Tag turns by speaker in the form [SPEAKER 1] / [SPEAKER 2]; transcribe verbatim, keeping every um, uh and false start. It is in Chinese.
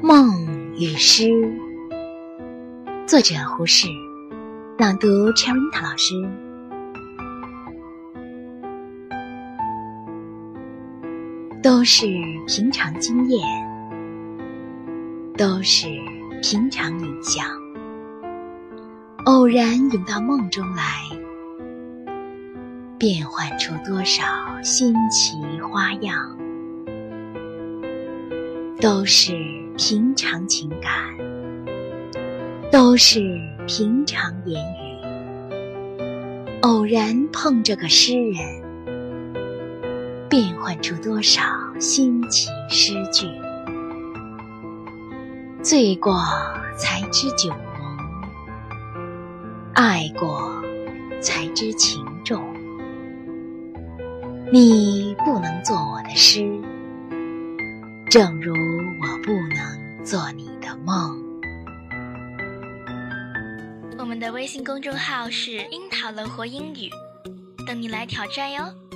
[SPEAKER 1] 梦与诗，作者胡适，朗读 Cherita 老师。都是平常经验，都是平常影像，偶然涌到梦中来，变换出多少新奇花样。都是平常情感，都是平常言语，偶然碰着个诗人，变换出多少新奇诗句。醉过才知酒浓，爱过才知情重。你不能做我的诗，正如我不能做你的梦。
[SPEAKER 2] 我们的微信公众号是樱桃乐活英语，等你来挑战哟。